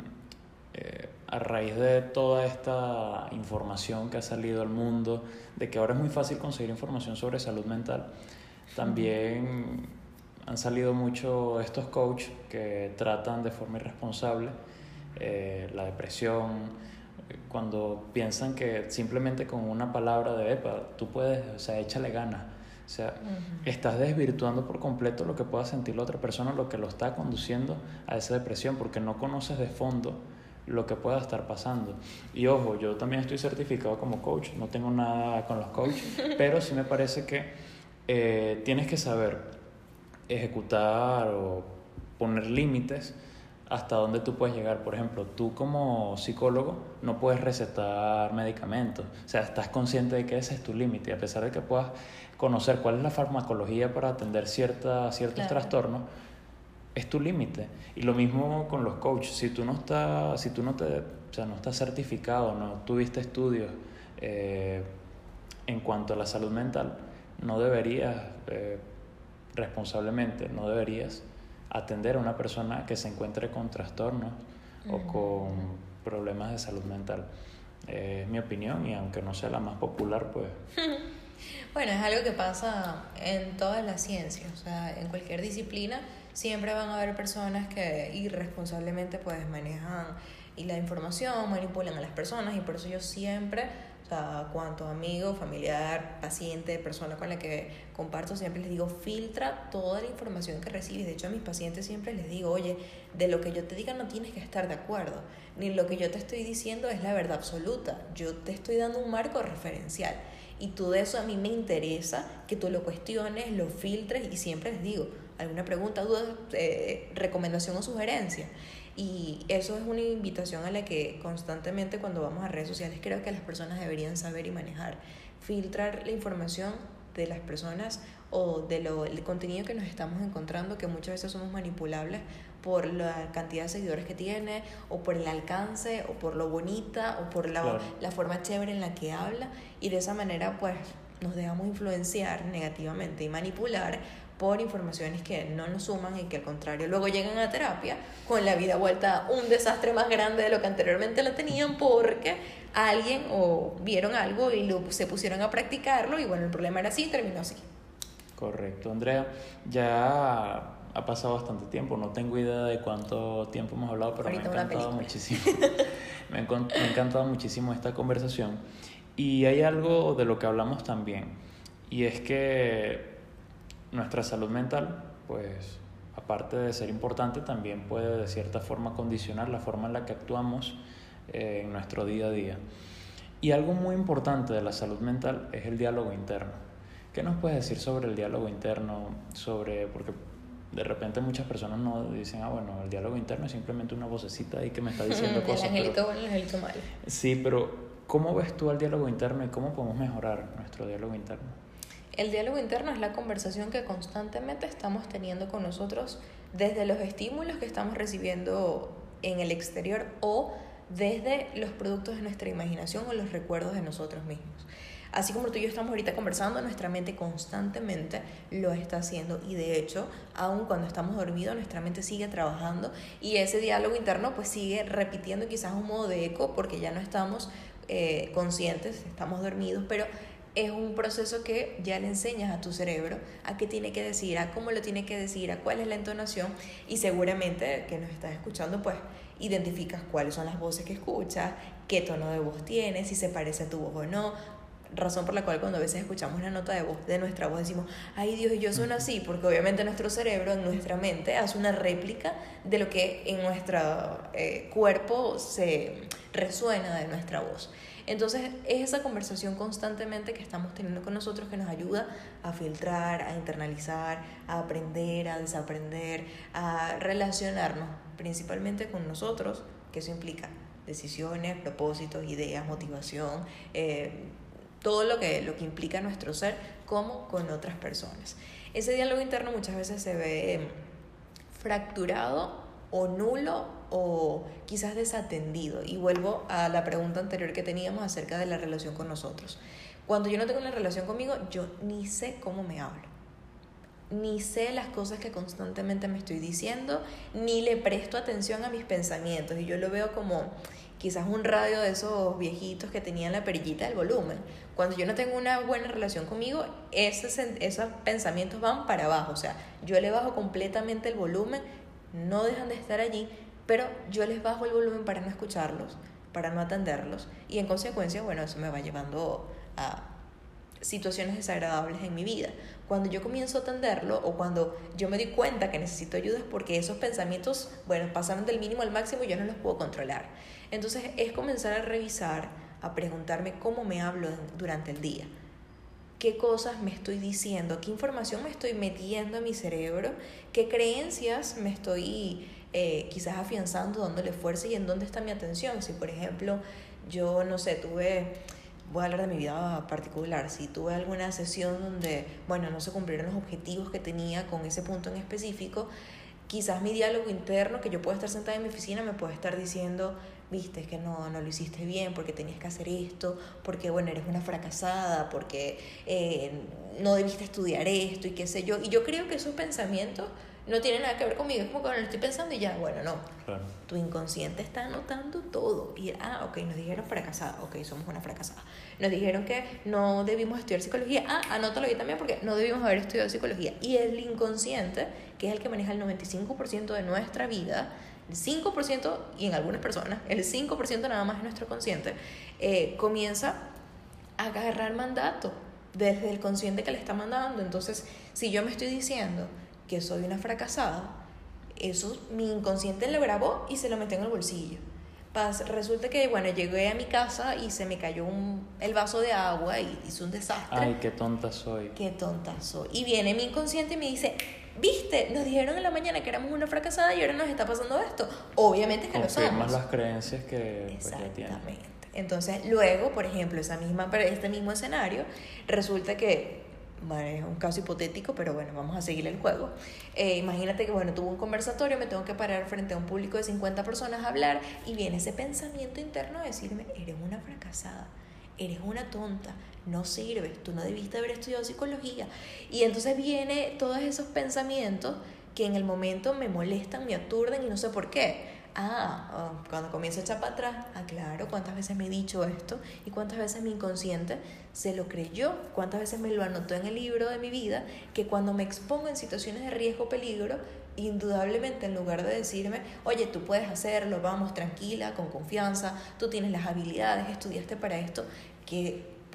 Speaker 1: a raíz de toda esta información que ha salido al mundo, de que ahora es muy fácil conseguir información sobre salud mental, también han salido mucho estos coaches que tratan de forma irresponsable la depresión, cuando piensan que simplemente con una palabra de epa, tú puedes, o sea, échale ganas. O sea, estás desvirtuando por completo lo que pueda sentir la otra persona, lo que lo está conduciendo a esa depresión, porque no conoces de fondo lo que pueda estar pasando. Y ojo, yo también estoy certificado como coach, no tengo nada con los coaches, pero sí me parece que tienes que saber ejecutar o poner límites hasta dónde tú puedes llegar. Por ejemplo, tú como psicólogo no puedes recetar medicamentos, o sea, estás consciente de que ese es tu límite, y a pesar de que puedas conocer cuál es la farmacología para atender ciertos trastornos, es tu límite. Y lo mismo con los coaches. Si tú no estás certificado, no tuviste estudios en cuanto a la salud mental, no deberías responsablemente, no deberías atender a una persona que se encuentre con trastornos o con problemas de salud mental. Es mi opinión, y aunque no sea la más popular, pues...
Speaker 2: Bueno, es algo que pasa en todas las ciencias, o sea, en cualquier disciplina siempre van a haber personas que irresponsablemente pues manejan y la información, manipulan a las personas, y por eso yo siempre, o sea, cuanto amigo, familiar, paciente, persona con la que comparto, siempre les digo, filtra toda la información que recibes. De hecho, a mis pacientes siempre les digo, oye, de lo que yo te diga no tienes que estar de acuerdo, ni lo que yo te estoy diciendo es la verdad absoluta, yo te estoy dando un marco referencial. Y tú de eso a mí me interesa que tú lo cuestiones, lo filtres, y siempre les digo, alguna pregunta, duda, recomendación o sugerencia. Y eso es una invitación a la que constantemente cuando vamos a redes sociales creo que las personas deberían saber y manejar. Filtrar la información de las personas o el contenido que nos estamos encontrando, que muchas veces somos manipulables por la cantidad de seguidores que tiene, o por el alcance, o por lo bonita, o por la forma chévere en la que habla, y de esa manera pues nos dejamos influenciar negativamente y manipular por informaciones que no nos suman y que al contrario luego llegan a terapia con la vida vuelta un desastre más grande de lo que anteriormente la tenían, porque alguien o vieron algo y se pusieron a practicarlo, y bueno, el problema era así, terminó así.
Speaker 1: Correcto, Andrea. Ya ha pasado bastante tiempo, no tengo idea de cuánto tiempo hemos hablado, pero
Speaker 2: ahorita
Speaker 1: me ha encantado muchísimo. Me ha encantado muchísimo esta conversación. Y hay algo de lo que hablamos también, y es que nuestra salud mental, pues aparte de ser importante, también puede de cierta forma condicionar la forma en la que actuamos en nuestro día a día. Y algo muy importante de la salud mental es el diálogo interno. ¿Qué nos puedes decir sobre el diálogo interno? Porque de repente muchas personas no dicen, bueno, el diálogo interno es simplemente una vocecita ahí que me está diciendo cosas.
Speaker 2: El angelito bueno, el angelito malo.
Speaker 1: Sí, pero ¿cómo ves tú el diálogo interno y cómo podemos mejorar nuestro diálogo interno?
Speaker 2: El diálogo interno es la conversación que constantemente estamos teniendo con nosotros desde los estímulos que estamos recibiendo en el exterior o desde los productos de nuestra imaginación o los recuerdos de nosotros mismos. Así como tú y yo estamos ahorita conversando, nuestra mente constantemente lo está haciendo, y de hecho, aun cuando estamos dormidos, nuestra mente sigue trabajando y ese diálogo interno pues sigue repitiendo quizás un modo de eco porque ya no estamos conscientes, estamos dormidos, pero es un proceso que ya le enseñas a tu cerebro a qué tiene que decir, a cómo lo tiene que decir, a cuál es la entonación, y seguramente que nos estás escuchando pues identificas cuáles son las voces que escuchas, qué tono de voz tienes, si se parece a tu voz o no. Razón por la cual cuando a veces escuchamos una nota de voz de nuestra voz decimos, ay Dios, yo sueno así, porque obviamente nuestro cerebro, en nuestra mente, hace una réplica de lo que en nuestro cuerpo se resuena de nuestra voz. Entonces es esa conversación constantemente que estamos teniendo con nosotros que nos ayuda a filtrar, a internalizar, a aprender, a desaprender, a relacionarnos principalmente con nosotros, que eso implica decisiones, propósitos, ideas, motivación, todo lo que implica nuestro ser, como con otras personas. Ese diálogo interno muchas veces se ve fracturado o nulo o quizás desatendido, y vuelvo a la pregunta anterior que teníamos acerca de la relación con nosotros. Cuando yo no tengo una relación conmigo, yo ni sé cómo me hablo, ni sé las cosas que constantemente me estoy diciendo, ni le presto atención a mis pensamientos, y yo lo veo como quizás un radio de esos viejitos que tenían la perillita del volumen. Cuando yo no tengo una buena relación conmigo, esos pensamientos van para abajo, o sea, yo le bajo completamente el volumen, no dejan de estar allí, pero yo les bajo el volumen para no escucharlos, para no atenderlos, y en consecuencia, bueno, eso me va llevando a situaciones desagradables en mi vida. Cuando yo comienzo a atenderlo, o cuando yo me doy cuenta que necesito ayuda, es porque esos pensamientos, bueno, pasaron del mínimo al máximo y yo no los puedo controlar. Entonces es comenzar a revisar, a preguntarme cómo me hablo durante el día, qué cosas me estoy diciendo, qué información me estoy metiendo a mi cerebro, qué creencias me estoy quizás afianzando, dándole fuerza, y en dónde está mi atención. Si por ejemplo yo no sé, voy a hablar de mi vida particular, si tuve alguna sesión donde, bueno, no se cumplieron los objetivos que tenía con ese punto en específico, quizás mi diálogo interno, que yo puedo estar sentada en mi oficina, me puede estar diciendo, viste, es que no lo hiciste bien, porque tenías que hacer esto, porque bueno, eres una fracasada, porque no debiste estudiar esto y qué sé yo. Y yo creo que esos pensamientos no tienen nada que ver conmigo, es como que lo estoy pensando y ya, bueno, no. Claro. Tu inconsciente está anotando todo. Y ok, nos dijeron fracasada, ok, somos una fracasada. Nos dijeron que no debimos estudiar psicología, anótalo ahí también porque no debimos haber estudiado psicología. Y el inconsciente, que es el que maneja el 95% de nuestra vida, el 5%, y en algunas personas, el 5% nada más es nuestro consciente, comienza a agarrar mandato desde el consciente que le está mandando. Entonces, si yo me estoy diciendo que soy una fracasada, eso mi inconsciente lo grabó y se lo metió en el bolsillo. Resulta que, bueno, llegué a mi casa y se me cayó el vaso de agua y hizo un desastre.
Speaker 1: Ay, qué tonta soy.
Speaker 2: Qué tonta soy. Y viene mi inconsciente y me dice, viste, nos dijeron en la mañana que éramos una fracasada y ahora nos está pasando esto. Obviamente que lo somos.
Speaker 1: Confirmas las creencias que
Speaker 2: Exactamente.
Speaker 1: ya tienes.
Speaker 2: Entonces, luego, por ejemplo, este mismo escenario, resulta que, bueno, es un caso hipotético, pero bueno, vamos a seguir el juego. Imagínate que, bueno, tuve un conversatorio, me tengo que parar frente a un público de 50 personas a hablar, y viene ese pensamiento interno a decirme, eres una fracasada, eres una tonta, no sirves, tú no debiste haber estudiado psicología. Y entonces viene todos esos pensamientos que en el momento me molestan, me aturden y no sé por qué. Cuando comienzo a echar para atrás, claro, cuántas veces me he dicho esto y cuántas veces mi inconsciente se lo creyó, cuántas veces me lo anotó en el libro de mi vida, que cuando me expongo en situaciones de riesgo o peligro, indudablemente en lugar de decirme, oye, tú puedes hacerlo, vamos, tranquila, con confianza, tú tienes las habilidades, estudiaste para esto, que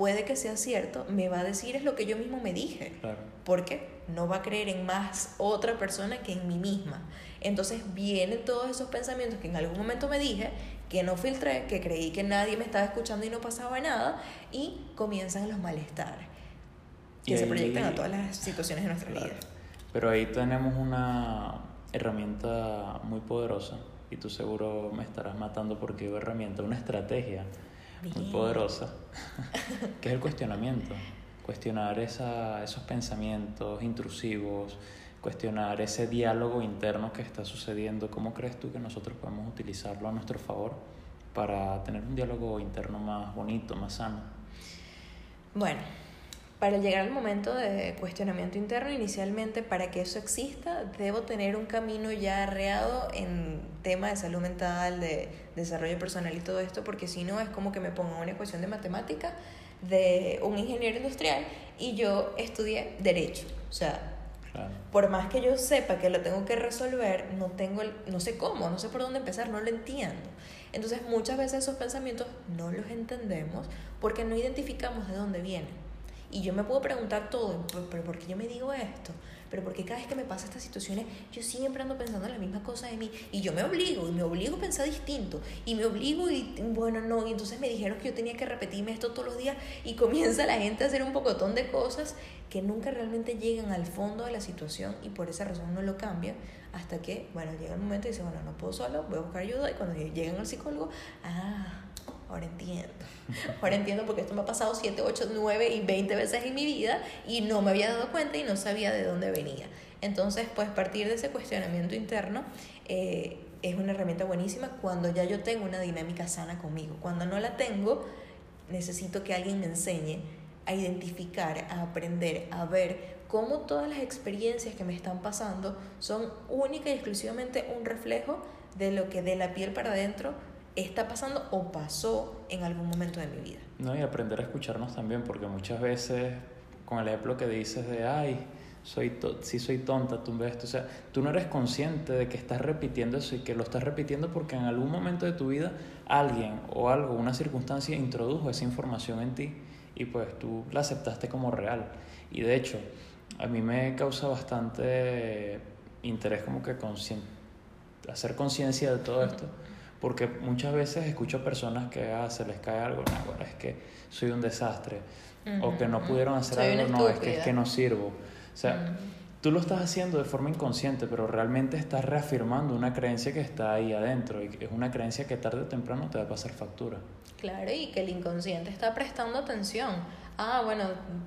Speaker 2: puede que sea cierto, me va a decir es lo que yo mismo me dije.
Speaker 1: Claro.
Speaker 2: Porque no va a creer en más otra persona que en mí misma. Entonces vienen todos esos pensamientos que en algún momento me dije, que no filtré, que creí que nadie me estaba escuchando y no pasaba nada, y comienzan los malestares que se proyectan a todas las situaciones de nuestra vida.
Speaker 1: Pero ahí tenemos una herramienta muy poderosa, y tú seguro me estarás matando porque digo herramienta, una estrategia muy poderosa, que es el cuestionamiento. Cuestionar esos pensamientos intrusivos, cuestionar ese diálogo interno que está sucediendo. ¿Cómo crees tú que nosotros podemos utilizarlo a nuestro favor para tener un diálogo interno más bonito, más sano?
Speaker 2: Bueno, para llegar al momento de cuestionamiento interno, inicialmente, para que eso exista, debo tener un camino ya arreado en tema de salud mental, de desarrollo personal y todo esto, porque si no es como que me pongan una ecuación de matemática de un ingeniero industrial y yo estudié derecho. O sea,
Speaker 1: claro,
Speaker 2: por más que yo sepa que lo tengo que resolver, no sé cómo, no sé por dónde empezar, no lo entiendo. Entonces muchas veces esos pensamientos no los entendemos porque no identificamos de dónde vienen. Y yo me puedo preguntar todo, pero ¿por qué yo me digo esto? Pero ¿por qué cada vez que me pasa estas situaciones yo siempre ando pensando en las mismas cosas de mí? Y yo me obligo a pensar distinto. Y me obligo y bueno, no. Y entonces me dijeron que yo tenía que repetirme esto todos los días y comienza la gente a hacer un pocotón de cosas que nunca realmente llegan al fondo de la situación y por esa razón no lo cambian hasta que, bueno, llega el momento y dice, bueno, no puedo solo, voy a buscar ayuda. Y cuando llegan al psicólogo, ahora entiendo. Ahora entiendo porque esto me ha pasado 7, 8, 9 y 20 veces en mi vida y no me había dado cuenta y no sabía de dónde venía. Entonces, pues partir de ese cuestionamiento interno es una herramienta buenísima cuando ya yo tengo una dinámica sana conmigo. Cuando no la tengo, necesito que alguien me enseñe a identificar, a aprender, a ver cómo todas las experiencias que me están pasando son única y exclusivamente un reflejo de lo que de la piel para adentro está pasando o pasó en algún momento de mi vida.
Speaker 1: No, y aprender a escucharnos también, porque muchas veces, con el ejemplo que dices de, sí soy tonta, tú ves esto, o sea, tú no eres consciente de que estás repitiendo eso y que lo estás repitiendo porque en algún momento de tu vida alguien o algo, una circunstancia introdujo esa información en ti y pues tú la aceptaste como real. Y de hecho, a mí me causa bastante interés como que hacer conciencia de todo esto. Porque muchas veces escucho personas que se les cae algo, no, bueno, es que soy un desastre, o que no pudieron hacer algo, no, es que no sirvo. O sea, tú lo estás haciendo de forma inconsciente, pero realmente estás reafirmando una creencia que está ahí adentro, y es una creencia que tarde o temprano te va a pasar factura.
Speaker 2: Claro, y que el inconsciente está prestando atención. Bueno,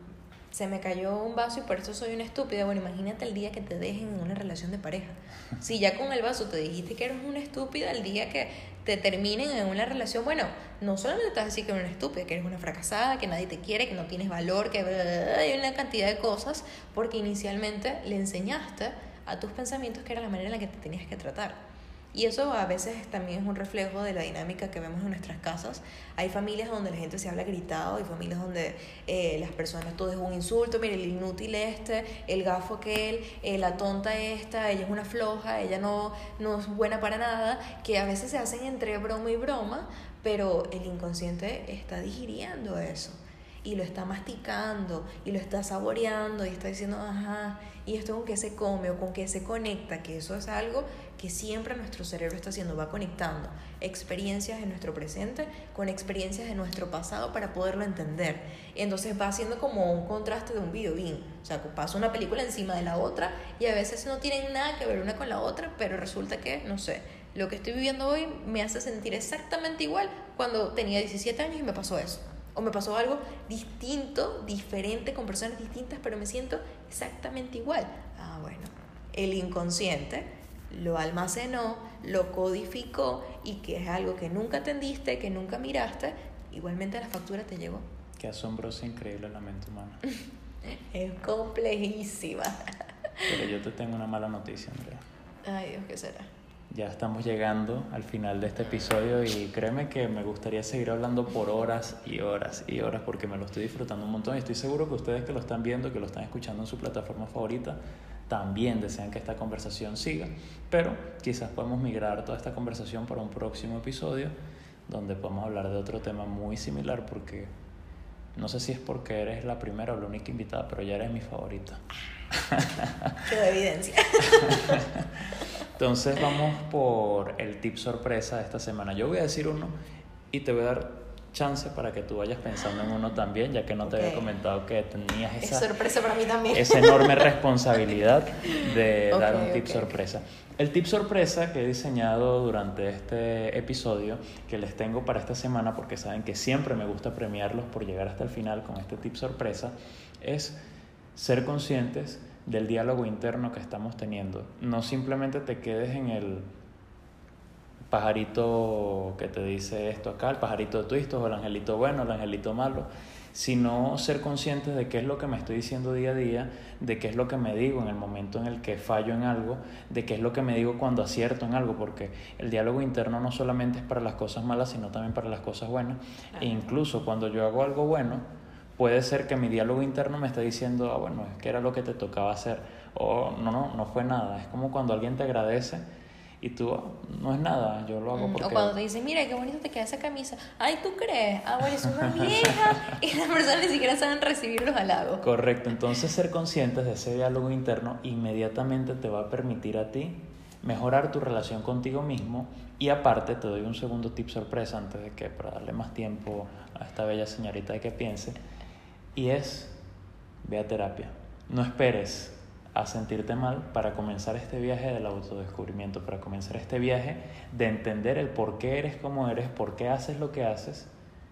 Speaker 2: se me cayó un vaso y por eso soy una estúpida. Bueno, imagínate el día que te dejen en una relación de pareja. Si ya con el vaso te dijiste que eres una estúpida, el día que te terminen en una relación, bueno, no solamente te vas a decir que eres una estúpida, que eres una fracasada, que nadie te quiere, que no tienes valor, que hay una cantidad de cosas, porque inicialmente le enseñaste a tus pensamientos que era la manera en la que te tenías que tratar. Y eso a veces también es un reflejo de la dinámica que vemos en nuestras casas. Hay familias donde la gente se habla gritado, hay familias donde las personas, todo es un insulto, mire, el inútil el gafo aquel, la tonta esta, ella es una floja, ella no es buena para nada, que a veces se hacen entre broma y broma, pero el inconsciente está digiriendo eso. Y lo está masticando, y lo está saboreando, y está diciendo, y esto con qué se come o con qué se conecta, que eso es algo que siempre nuestro cerebro está haciendo, va conectando experiencias de nuestro presente con experiencias de nuestro pasado para poderlo entender. Y entonces va haciendo como un contraste de un videobeam, o sea, pasa una película encima de la otra y a veces no tienen nada que ver una con la otra, pero resulta que, no sé, lo que estoy viviendo hoy me hace sentir exactamente igual cuando tenía 17 años y me pasó eso. O me pasó algo distinto, diferente, con personas distintas, pero me siento exactamente igual. Bueno, el inconsciente lo almacenó, lo codificó y que es algo que nunca entendiste, que nunca miraste, igualmente la factura te llegó.
Speaker 1: Qué asombroso, increíble la mente humana.
Speaker 2: Es complejísima.
Speaker 1: Pero yo te tengo una mala noticia, Andrea.
Speaker 2: Ay, Dios, ¿qué será?
Speaker 1: Ya estamos llegando al final de este episodio y créeme que me gustaría seguir hablando por horas y horas y horas porque me lo estoy disfrutando un montón y estoy seguro que ustedes que lo están viendo, que lo están escuchando en su plataforma favorita, también desean que esta conversación siga, pero quizás podemos migrar toda esta conversación para un próximo episodio donde podemos hablar de otro tema muy similar porque No sé si es porque eres la primera o la única invitada, pero ya eres mi favorita.
Speaker 2: Quedó evidencia.
Speaker 1: Entonces vamos por el tip sorpresa de esta semana. Yo voy a decir uno y te voy a dar chance para que tú vayas pensando en uno también, ya que no te había comentado que tenías
Speaker 2: Es sorpresa para mí también.
Speaker 1: esa enorme responsabilidad de dar un tip sorpresa. El tip sorpresa que he diseñado durante este episodio, que les tengo para esta semana, porque saben que siempre me gusta premiarlos por llegar hasta el final con este tip sorpresa, es ser conscientes del diálogo interno que estamos teniendo. No simplemente te quedes en el pajarito que te dice esto acá, el pajarito de twistos, o el angelito bueno, el angelito malo, sino ser conscientes de qué es lo que me estoy diciendo día a día, de qué es lo que me digo en el momento en el que fallo en algo, de qué es lo que me digo cuando acierto en algo, porque el diálogo interno no solamente es para las cosas malas, sino también para las cosas buenas. E incluso cuando yo hago algo bueno, puede ser que mi diálogo interno me esté diciendo, bueno, es que era lo que te tocaba hacer, o no fue nada. Es como cuando alguien te agradece y tú, no es nada, yo lo hago porque...
Speaker 2: O cuando te dicen, mira, qué bonito te queda esa camisa. Ay, ¿tú crees? Ah, bueno, es una vieja. Y las personas ni siquiera saben recibir los halagos.
Speaker 1: Correcto, entonces ser conscientes de ese diálogo interno inmediatamente te va a permitir a ti mejorar tu relación contigo mismo. Y aparte te doy un segundo tip sorpresa antes de que, para darle más tiempo a esta bella señorita de que piense, y es, ve a terapia. No esperes a sentirte mal para comenzar este viaje del autodescubrimiento, para comenzar este viaje de entender el por qué eres como eres, por qué haces lo que haces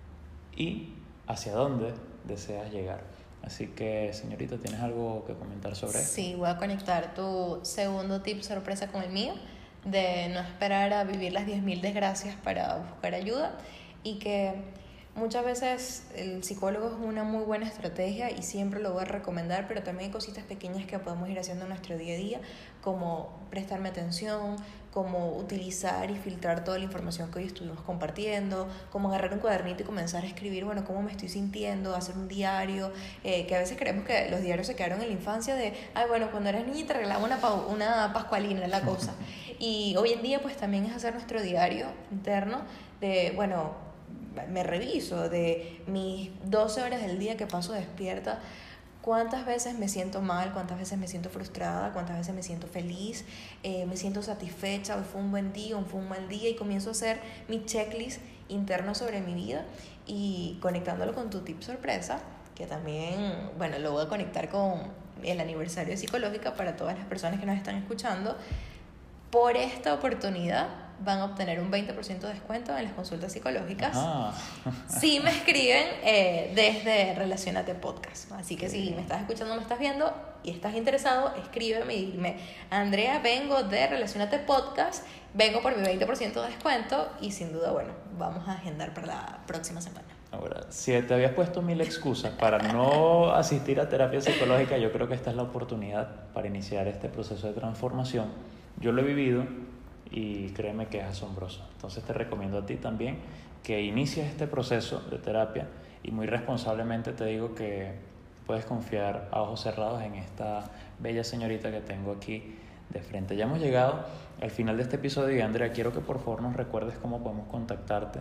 Speaker 1: y hacia dónde deseas llegar. Así que, señorita, ¿tienes algo que comentar sobre esto?
Speaker 2: Sí, voy a conectar tu segundo tip sorpresa con el mío, de no esperar a vivir las 10.000 desgracias para buscar ayuda, y que muchas veces el psicólogo es una muy buena estrategia y siempre lo voy a recomendar, pero también hay cositas pequeñas que podemos ir haciendo en nuestro día a día, como prestarme atención, como utilizar y filtrar toda la información que hoy estuvimos compartiendo, como agarrar un cuadernito y comenzar a escribir, bueno, cómo me estoy sintiendo, hacer un diario, que a veces creemos que los diarios se quedaron en la infancia de, ay, bueno, cuando eras niña te regalaba una pascualina, la cosa. Y hoy en día pues también es hacer nuestro diario interno de, bueno, me reviso de mis 12 horas del día que paso despierta, cuántas veces me siento mal, cuántas veces me siento frustrada, cuántas veces me siento feliz, me siento satisfecha, hoy fue un buen día, hoy fue un mal día, y comienzo a hacer mi checklist interno sobre mi vida, y conectándolo con tu tip sorpresa, que también, bueno, lo voy a conectar con el aniversario de Psicológica para todas las personas que nos están escuchando. Por esta oportunidad van a obtener un 20% de descuento en las consultas psicológicas. Si me escriben desde Relacionate Podcast. Así que si me estás escuchando, me estás viendo y estás interesado, escríbeme y dime, Andrea, vengo de Relacionate Podcast, vengo por mi 20% de descuento, y sin duda, bueno, vamos a agendar para la próxima semana.
Speaker 1: Ahora, si te habías puesto 1000 excusas para no asistir a terapia psicológica, yo creo que esta es la oportunidad para iniciar este proceso de transformación. Yo lo he vivido y créeme que es asombroso. Entonces te recomiendo a ti también que inicies este proceso de terapia, y muy responsablemente te digo que puedes confiar a ojos cerrados en esta bella señorita que tengo aquí de frente. Ya hemos llegado al final de este episodio, y Andrea, quiero que por favor nos recuerdes cómo podemos contactarte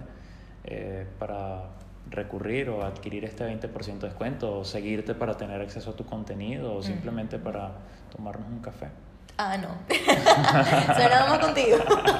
Speaker 1: para recurrir o adquirir este 20% de descuento, o seguirte para tener acceso a tu contenido, o simplemente para tomarnos un café.
Speaker 2: Ah, no. Sonaba más contigo.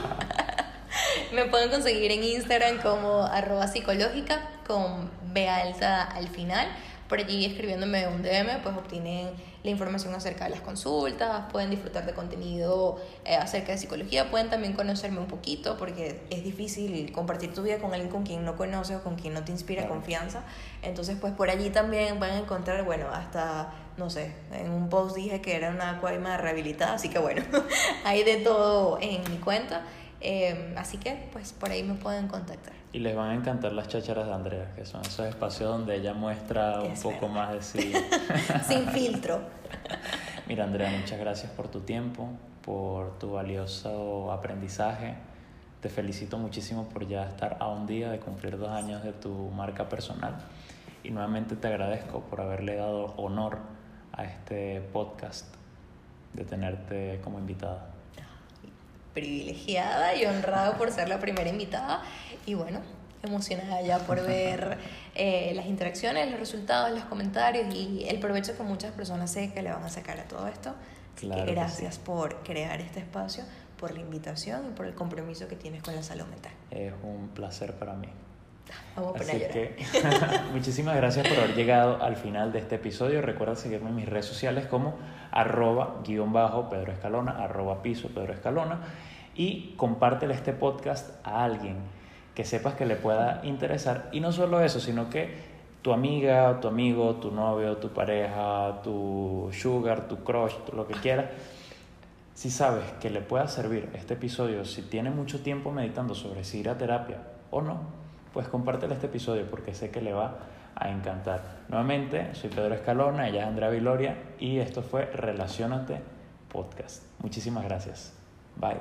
Speaker 2: Me pueden conseguir en Instagram como @psicológica con B alta al final. Por allí, escribiéndome un DM, pues obtienen la información acerca de las consultas, pueden disfrutar de contenido acerca de psicología, pueden también conocerme un poquito, porque es difícil compartir tu vida con alguien con quien no conoces o con quien no te inspira confianza. Entonces, pues por allí también van a encontrar, bueno, hasta, no sé, en un post dije que era una cuaima rehabilitada, así que bueno, hay de todo en mi cuenta. Así que pues por ahí me pueden contactar.
Speaker 1: Y les van a encantar las chácharas de Andrea, que son esos espacios donde ella muestra un poco más de sí.
Speaker 2: Sin filtro.
Speaker 1: Mira, Andrea, muchas gracias por tu tiempo, por tu valioso aprendizaje. Te felicito muchísimo por ya estar a un día de cumplir 2 años de tu marca personal, y nuevamente te agradezco por haberle dado honor a este podcast de tenerte como invitada.
Speaker 2: Privilegiada y honrada por ser la primera invitada, y bueno, emocionada ya por ver las interacciones, los resultados, los comentarios y el provecho que muchas personas sé que le van a sacar a todo esto. Así
Speaker 1: Claro
Speaker 2: que
Speaker 1: que
Speaker 2: gracias
Speaker 1: sí.
Speaker 2: por crear este espacio, por la invitación y por el compromiso que tienes con la salud mental.
Speaker 1: Es un placer para mí.
Speaker 2: Vamos a poner
Speaker 1: Así
Speaker 2: a llorar.
Speaker 1: que muchísimas gracias por haber llegado al final de este episodio. Recuerda seguirme en mis redes sociales como @_Pedro Escalona, @piso Pedro Escalona, y compártele este podcast a alguien que sepas que le pueda interesar. Y no solo eso, sino que tu amiga, tu amigo, tu novio, tu pareja, tu sugar, tu crush, lo que quieras, si sabes que le pueda servir este episodio, si tiene mucho tiempo meditando sobre si ir a terapia o no, pues compártele este episodio porque sé que le va a encantar. Nuevamente, soy Pedro Escalona, ella es Andrea Viloria y esto fue Relaciónate Podcast. Muchísimas gracias. Bye.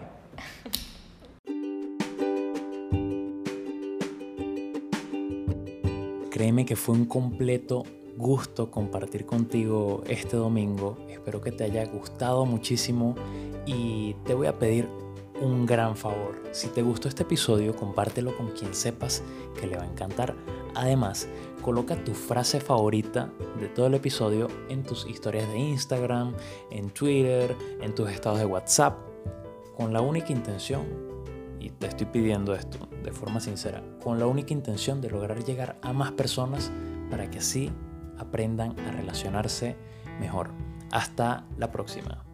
Speaker 1: Créeme que fue un completo gusto compartir contigo este domingo. Espero que te haya gustado muchísimo y te voy a pedir un gran favor. Si te gustó este episodio, compártelo con quien sepas que le va a encantar. Además, coloca tu frase favorita de todo el episodio en tus historias de Instagram, en Twitter, en tus estados de WhatsApp, con la única intención, y te estoy pidiendo esto de forma sincera, con la única intención de lograr llegar a más personas para que así aprendan a relacionarse mejor. Hasta la próxima.